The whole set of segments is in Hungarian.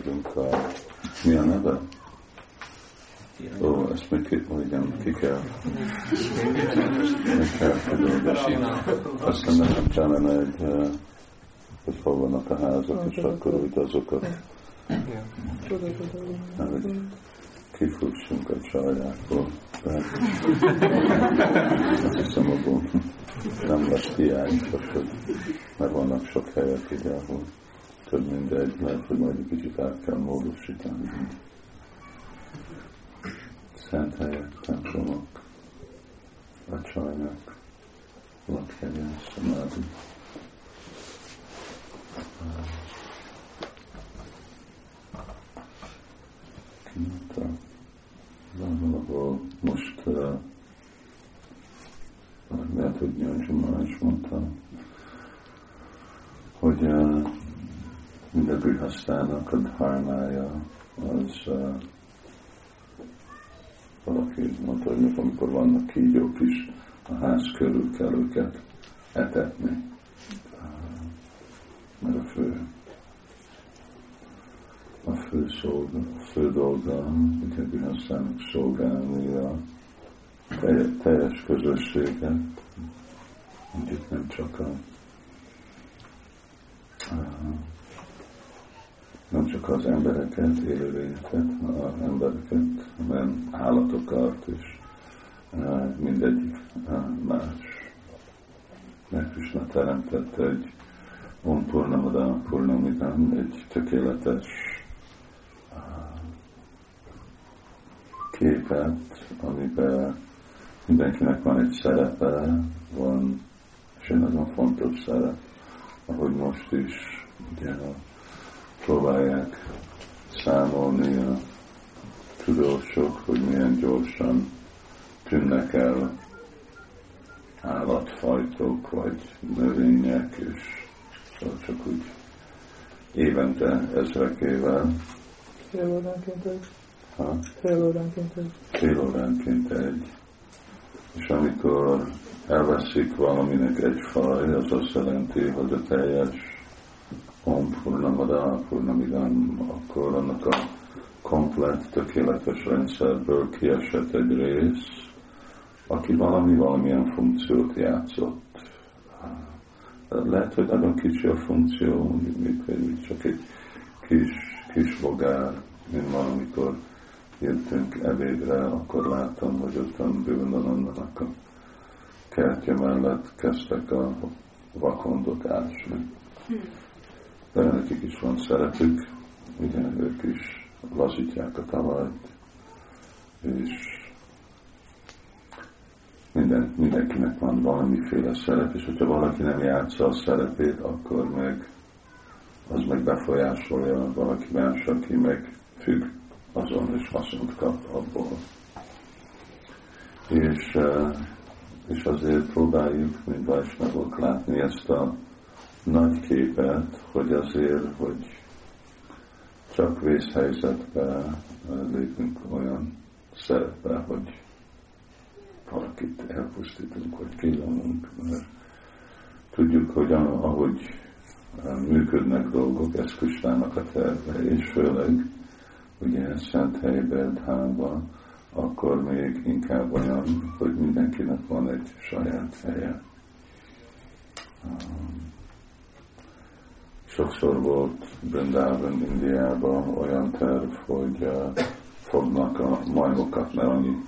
vagyunk mi a neve? Ó, ezt még ki kell kidolgozni. Aztán nekem kellene hogy hol vannak a házak, és akkor úgy azokat kifussunk a csaljákból. Azt hiszem, abból nem lesz hiány, mert vannak sok helyek ide, ahol több mindegy, mert hogy majd egy kicsit át kell módosítani. Szent helyek, templomok, vacsorák, lakhelyen, szamádi. Valahol most lehet, hogy Nyolcsomán is mondta, hogy minden grihasztának a dharmája az valaki mondta, hogy amikor vannak kígyók is, a ház körül kell őket etetni. Mert a fő dolga, hogy a grihasztának szolgálni a teljes közösséget, mondjuk nem csak az embereket, élőlényeket, az embereket, hanem állatokat és mindegyik más. Mert Krishna teremtett egy Om Purnamada Purnamidam, egy tökéletes képet, amiben mindenkinek van egy szerepe, van, és egy nagyon fontos szerep, ahogy most is ugye, próbálják számolni a tudósok, hogy milyen gyorsan tűnnek el állatfajtok, vagy növények, és szóval csak úgy évente ezrekével. Fél óránként egy. Fél óránként egy. És amikor elveszik valaminek egy faj, az azt jelenti, hogy a teljes Om Purnamada Purnamidam, akkor annak a komplett, tökéletes rendszerből kiesett egy rész, aki valamilyen funkciót játszott. Lehet, hogy nagyon kicsi a funkció, mondjuk csak egy kis bogár, mint valamikor jöttünk ebédre, akkor láttam, hogy ott a Bővendanannak a kertje mellett kezdtek a vakondot ásni. De nekik is van szerepük, ugye ők is lazítják a talajt, és mindenkinek van valamiféle szerep, és hogyha valaki nem játsza a szerepét, akkor az meg befolyásolja valaki más, aki meg függ azon, és haszont kap abból. És azért próbáljuk, mint Vaisnavok látni ezt a nagy képet, hogy azért, hogy csak vészhelyzetbe lépünk olyan szerepbe, hogy valakit elpusztítunk, vagy killanunk, mert tudjuk, hogy ahogy működnek dolgok, ez Krisnának a terve, és főleg ugye szent helyben, dhánban, akkor még inkább olyan, hogy mindenkinek van egy saját helye. Sokszor volt Brindában, Indiában olyan terv, hogy fognak a majmokat, mert annyi,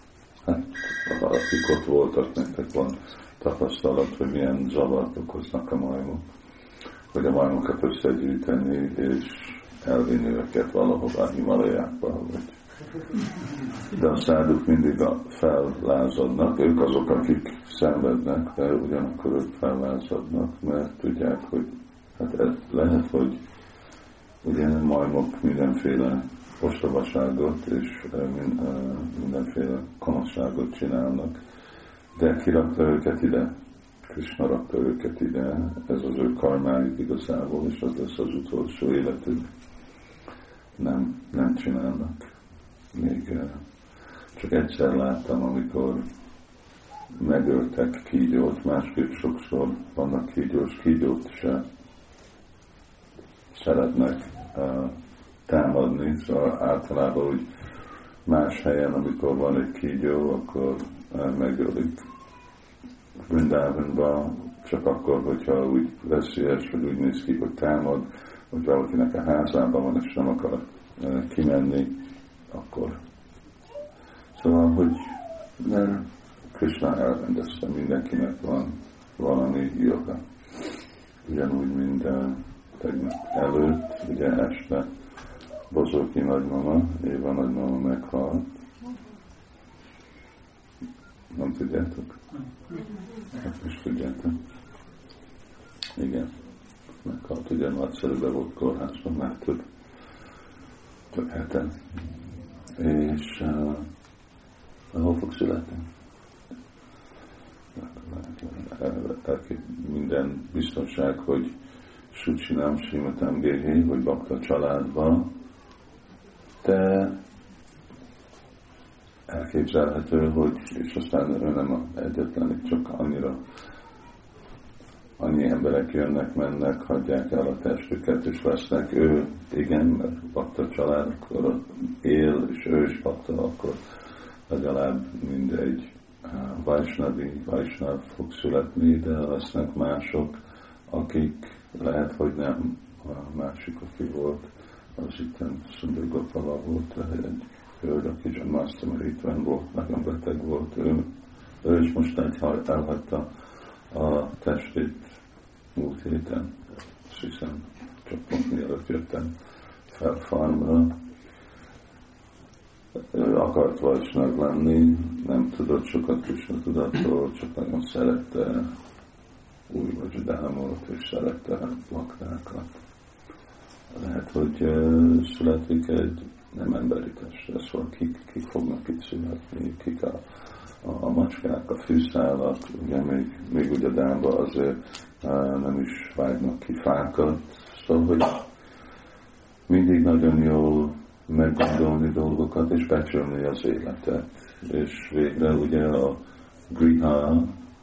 akik ott voltak, nektek van tapasztalat, hogy milyen zavart okoznak a majmok, hogy a majmokat összegyűjteni, és elvinni őket valahova a Himalajákba, de a száduk mindig fellázadnak, ők azok, akik szenvednek, de ugyanakkor ők fellázadnak, mert tudják, hogy hát ez lehet, hogy ugye majmok mindenféle ostobaságot és mindenféle gonoszságot csinálnak, de ki rakta őket ide? Krishna rakta őket ide, ez az ő karmájuk igazából, és az lesz az utolsó életük. Nem csinálnak. Még csak egyszer láttam, amikor megöltek kígyót, másképp sokszor vannak kígyót se szeretnek támadni, szóval általában úgy más helyen, amikor van egy kígyó, akkor megölik. Vrindavanban csak akkor, hogyha úgy veszélyes, vagy úgy néz ki, hogy támad, hogy valakinek a házában van, és nem akar kimenni, akkor. Szóval, hogy mert Krishna elrendezte, mindenkinek van valami joga. Ugyanúgy, mint tegnap előtt, ugye este Bozóki nagymama, Éva nagymama meghalt. Nem tudjátok? Hát is tudjátok. Igen. Meghalt, ugye nagyszerűben volt kórházban, már több heten. És hol fog születni? Minden biztonság, hogy Sucsinám Srimatám Géhé, hogy bakta családban, de elképzelhető, hogy, és aztán ő nem egyetlen, csak annyi emberek jönnek, mennek, hagyják el a testüket, és lesznek ő, igen, mert bakta család, akkor él, és ő is bakta, akkor legalább mindegy Vaisnav fog születni, de lesznek mások, akik lehet, hogy nem. A másik, aki volt, az itten Sundar Gopala volt, egy hölgy, aki John Masterman volt, nagyon beteg volt. Ő is most elhagyta a testét múlt héten, azt hiszem, csak pont mielőtt jöttem fel farmra. Ő akart Vaisnav lenni, nem tudott sokat Krishna tudatról, csak nagyon szerette új Vajradámot, és szerette laktákat. Lehet, hogy születik egy nem emberi testre, szóval kik fognak itt születni, kik a macskák, a fűszálak, ugye még ugye Dámba azért nem is vágnak ki fákat, szóval hogy mindig nagyon jól meggondolni dolgokat, és becsülni az életet. És végre ugye a griha,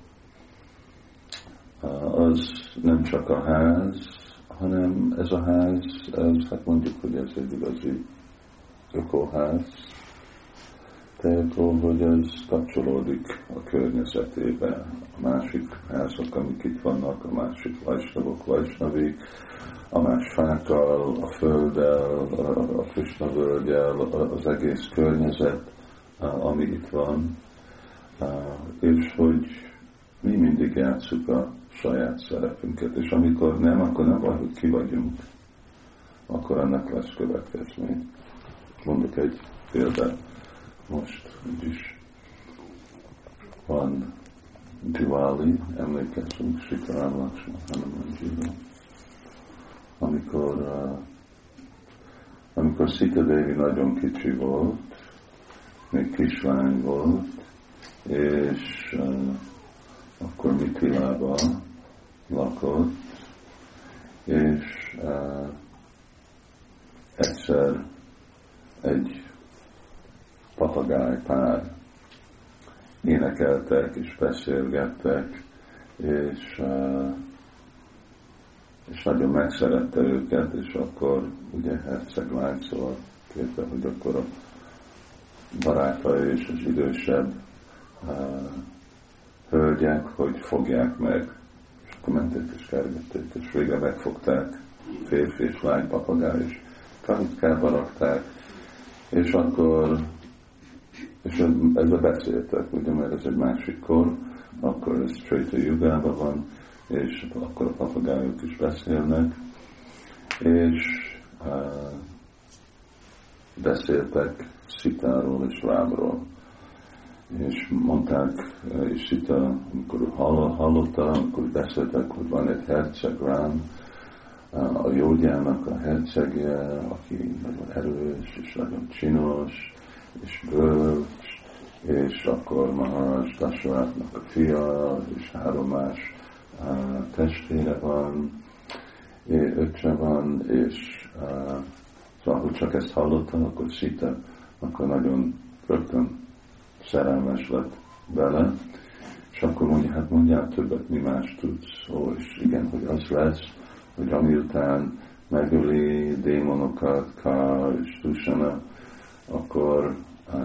az nem csak a ház, hanem ez a ház, hát mondjuk, hogy ez egy igazi ökoház, tehát hogy ez kapcsolódik a környezetébe. A másik házak, amik itt vannak, a másik vajsnavik, a más fákkal, a földdel, a Krishna völgyel, az egész környezet, ami itt van, és hogy mi mindig játsszuk a saját szerepünket, és amikor nem, akkor nem vagy, hogy ki vagyunk, akkor ennek lesz következmény. Mondok egy példát, most úgyis van Diwali, emlékezzünk Sitaram Lakshman Hanumanjiról, amikor Sita Devi nagyon kicsi volt, még kislány volt, és akkor Mitilában lakott, és egyszer egy papagájpár énekeltek és beszélgettek, és nagyon megszerette őket, és akkor ugye herceglány, szóval kérte, hogy akkor a barátai és az idősebb hölgyek, hogy fogják meg, és akkor menték és kergették, és végre megfogták férfi és lány papagáj, és kalitkába rakták, és akkor ezzel beszéltek, ugye, mert ez egy másik kor, akkor ez Treta Jugában van, és akkor a papagájok is beszélnek, és beszéltek Sitáról és Rámról. És mondták, és Sita, amikor hallotta, amikor beszéltek, hogy van egy herceg Rám, a Jógyának a hercegje, aki nagyon erős, és nagyon csinos, és bölcs, és akkor Maharaj Dasharatnak a fia, és 3 más testvére van, öccse van, és szóval, hogy csak ezt hallottam, akkor Sita, akkor nagyon rögtön szerelmes lett vele, és akkor mondja, hát mondjál többet, mi más tudsz, és igen, hogy az lesz, hogy amiután megöli démonokat, Ka és Dusana, akkor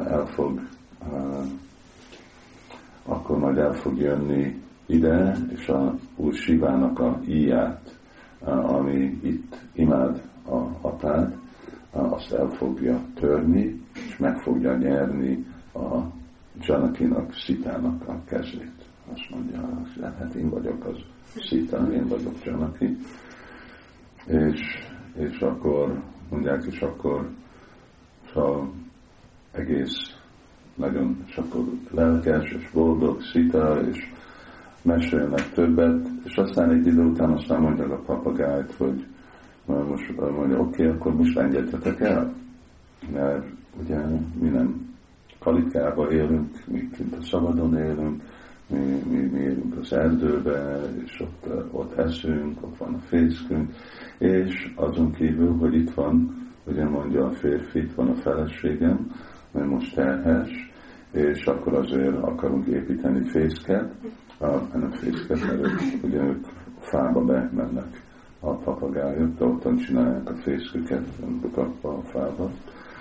majd el fog jönni ide, és a Úr Sivának a íját, ami itt imád a apád, azt el fogja törni, és meg fogja nyerni a Janakinak, Szitának a kezét. Azt mondja, hát én vagyok az Szita, én vagyok Janaki. És akkor mondják, és akkor szóval egész nagyon akkor lelkes és boldog Szita, és mesélnek többet, és aztán egy idő után aztán mondják a papagájt, hogy most mondja, oké, akkor most engedjetek el, mert ugye mi nem Kalitkában élünk, mi kint a szabadon élünk, mi élünk az erdőbe, és ott eszünk, ott van a fészkünk, és azon kívül, hogy itt van, ugye mondja a férfi, itt van a feleségem, mert most terhes, és akkor azért akarunk építeni fészket, nem fészket, mert ugye ők fába bemennek a papagájok, de ottan csinálják a fészküket, bukatva a fába,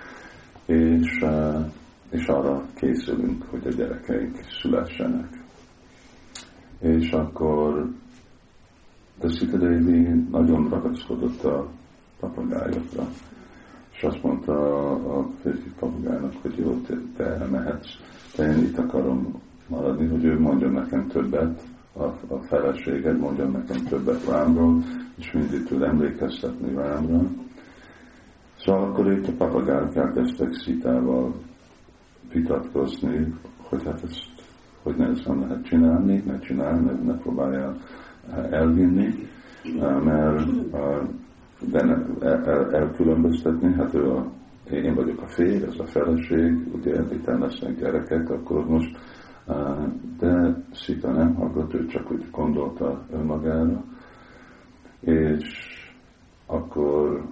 és arra készülünk, hogy a gyerekeink szülessenek. És akkor de Sita Devi nagyon ragaszkodott a papagájokra, és azt mondta a férfi papagájnak, hogy jó, te elmehetsz, de én itt akarom maradni, hogy ő mondjon nekem többet, a feleséged mondjon nekem többet Rámról, és mindig tud emlékeztetni Rámra. Szóval akkor itt a papagájok elkezdtek Szitával vitatkozni, hogy hát ezt hogy ezt nem lehet csinálni, ne próbálja elvinni, mert de elkülönböztetni, hát én vagyok a férj, ez a feleség, ugye itt lesznek gyerekek, akkor most, de Szita nem hallgat, ő csak úgy gondolta önmagára, és akkor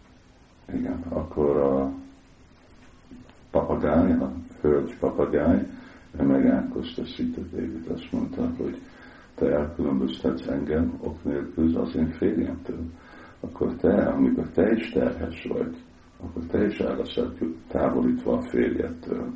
a papagáj, a hölgy papagáj, ő megálkozta Sita Devit, azt mondta, hogy te elkülönböztetsz engem ok nélkül az én férjemtől, akkor te, amikor te is terhes vagy, akkor te is el leszel távolítva a férjettől.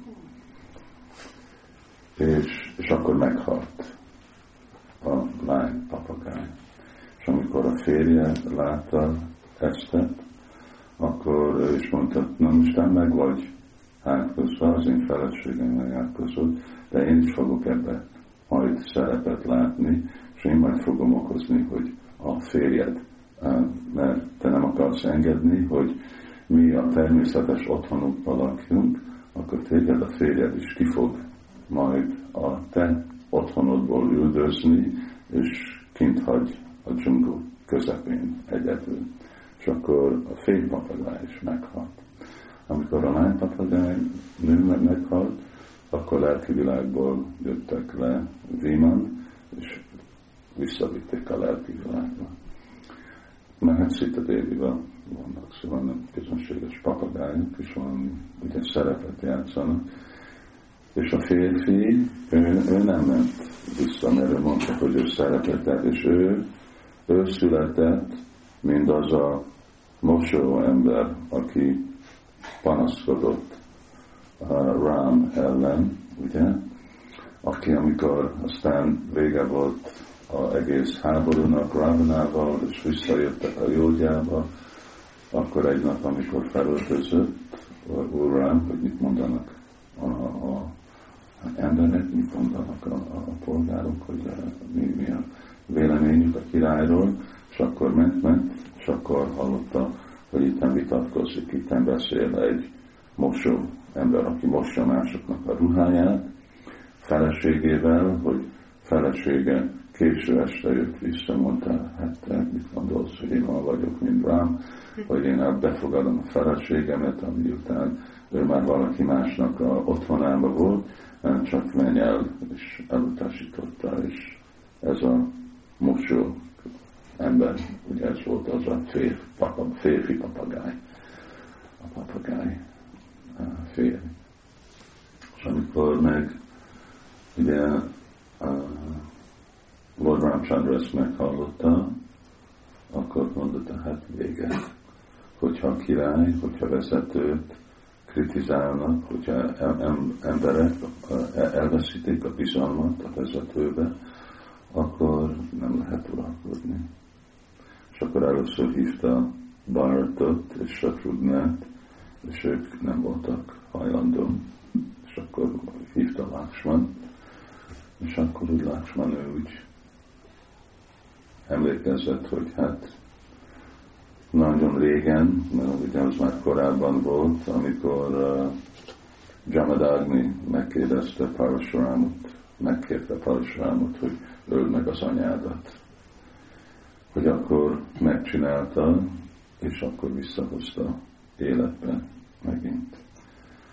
És akkor meghalt a lány papagáj. És amikor a férje látta Esztet, akkor ő is mondta, na most te meg vagy átkozva, az én feleségem megátkozott, de én is fogok ebbe majd szerepet látni, és én majd fogom okozni, hogy a férjed, mert te nem akarsz engedni, hogy mi a természetes otthonunkban lakjunk, akkor téged a férjed is ki fog majd a te otthonodból üldözni, és kint hagy a dzsungel közepén egyedül. És akkor a férjpapagáj is meghalt. Amikor a lánypapagáj nő meghalt, akkor lelki világból jöttek le Viman, és visszavitték a lelki világba. Mert hát Sita Devivel vannak, szóval nem közönséges papagájok, és valami ugye szerepet játszanak. És a férfi, ő nem ment vissza, mert ő mondta, hogy ő szerepet tett, és ő született, mint az a mosó ember, aki panaszkodott Rám ellen, ugye? Aki amikor aztán vége volt az egész háborúnak Ravanával, és visszajöttek a Jógyába, akkor egy nap, amikor felöltözött Úr Rám, hogy mit mondanak a emberek, mit mondanak a polgárok, hogy mi a véleményük a királyról, és akkor ment, és akkor hallotta, hogy itten vitatkozik, itten beszél egy mosó ember, aki mossa másoknak a ruháját, feleségével, hogy felesége késő este jött vissza, mondta, hát te mit gondolsz, hogy én olyan vagyok, mint Rám, hogy én befogadom a feleségemet, ami után ő már valaki másnak a otthonában volt, csak menj el, és elutasította, és ez a mosó ember, ugye ez volt az a férfi papagáj, a papagáj férj. És amikor meg ugye Lord Ramchandra ezt meghallotta, akkor mondta, hát vége. Hogyha király, hogyha vezetőt kritizálnak, hogyha emberek elveszítik a bizalmat a vezetőbe, akkor nem lehet uralkodni. És akkor először hívta Bharatot és Satrugnát, és ők nem voltak hajlandó. És akkor hívta Lakshman, és akkor úgy Lakshman úgy emlékezett, hogy hát nagyon régen, mert ugye az már korábban volt, amikor Jamadagni megkérdezte Parashuramot, megkérte Parashuramot, hogy öld meg az anyádat. Hogy akkor megcsinálta, és akkor visszahozta életbe megint.